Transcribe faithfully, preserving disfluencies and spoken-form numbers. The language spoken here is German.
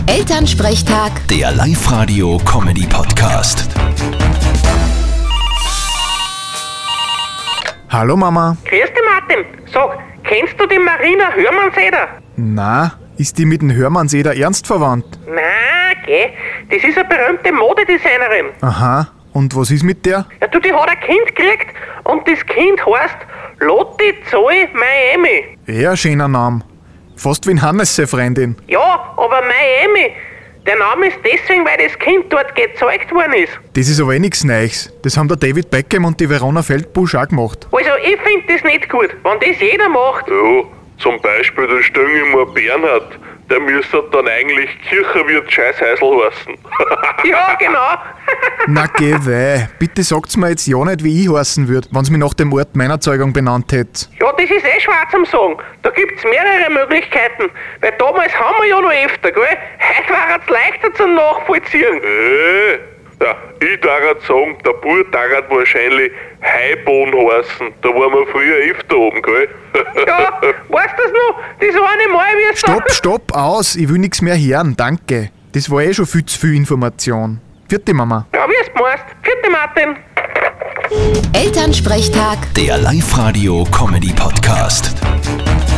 Elternsprechtag, Der Live-Radio-Comedy-Podcast. Hallo Mama. Grüß dich, Martin. Sag, kennst du die Marina Hörmannseder? Na, ist die mit dem Hörmannseder ernst verwandt? Nein, geh. Das ist eine berühmte Modedesignerin. Aha, und was ist mit der? Ja, du, die hat ein Kind gekriegt und das Kind heißt Lotti Zoe Miami. Eher schöner Name. Fast wie ein Hannes seine Freundin. Ja, aber Miami. Der Name ist deswegen, weil das Kind dort gezeugt worden ist. Das ist aber eh nichts Neues. Das haben der David Beckham und die Verona Feldbusch auch gemacht. Also, ich finde das nicht gut. Wenn das jeder macht. Ja, zum Beispiel der Stöngelmoor Bernhard, der müsste dann eigentlich Kirchenwirt Scheißheisel heißen. Ja, genau. Na geh weh. Bitte sagt's mir jetzt ja nicht, wie ich heißen würd, wenn's mich nach dem Ort meiner Zeugung benannt hätt. Ja, das ist eh schwer zum Sagen. Da gibt's mehrere Möglichkeiten. Weil damals haben wir ja noch öfter, gell? Heute war es leichter zum Nachvollziehen. Äh, ja, ich darf sagen, der Bub darf wahrscheinlich Heibohn heißen. Da waren wir früher öfter oben, gell? Ja, weißt du das noch? Das eine Mal, wie es Stopp, stopp, aus. Ich will nichts mehr hören, danke. Das war eh schon viel zu viel Information. Vierte Mama. Ja, wie es meinst. Vierte Martin. Elternsprechtag. Der Live-Radio-Comedy-Podcast.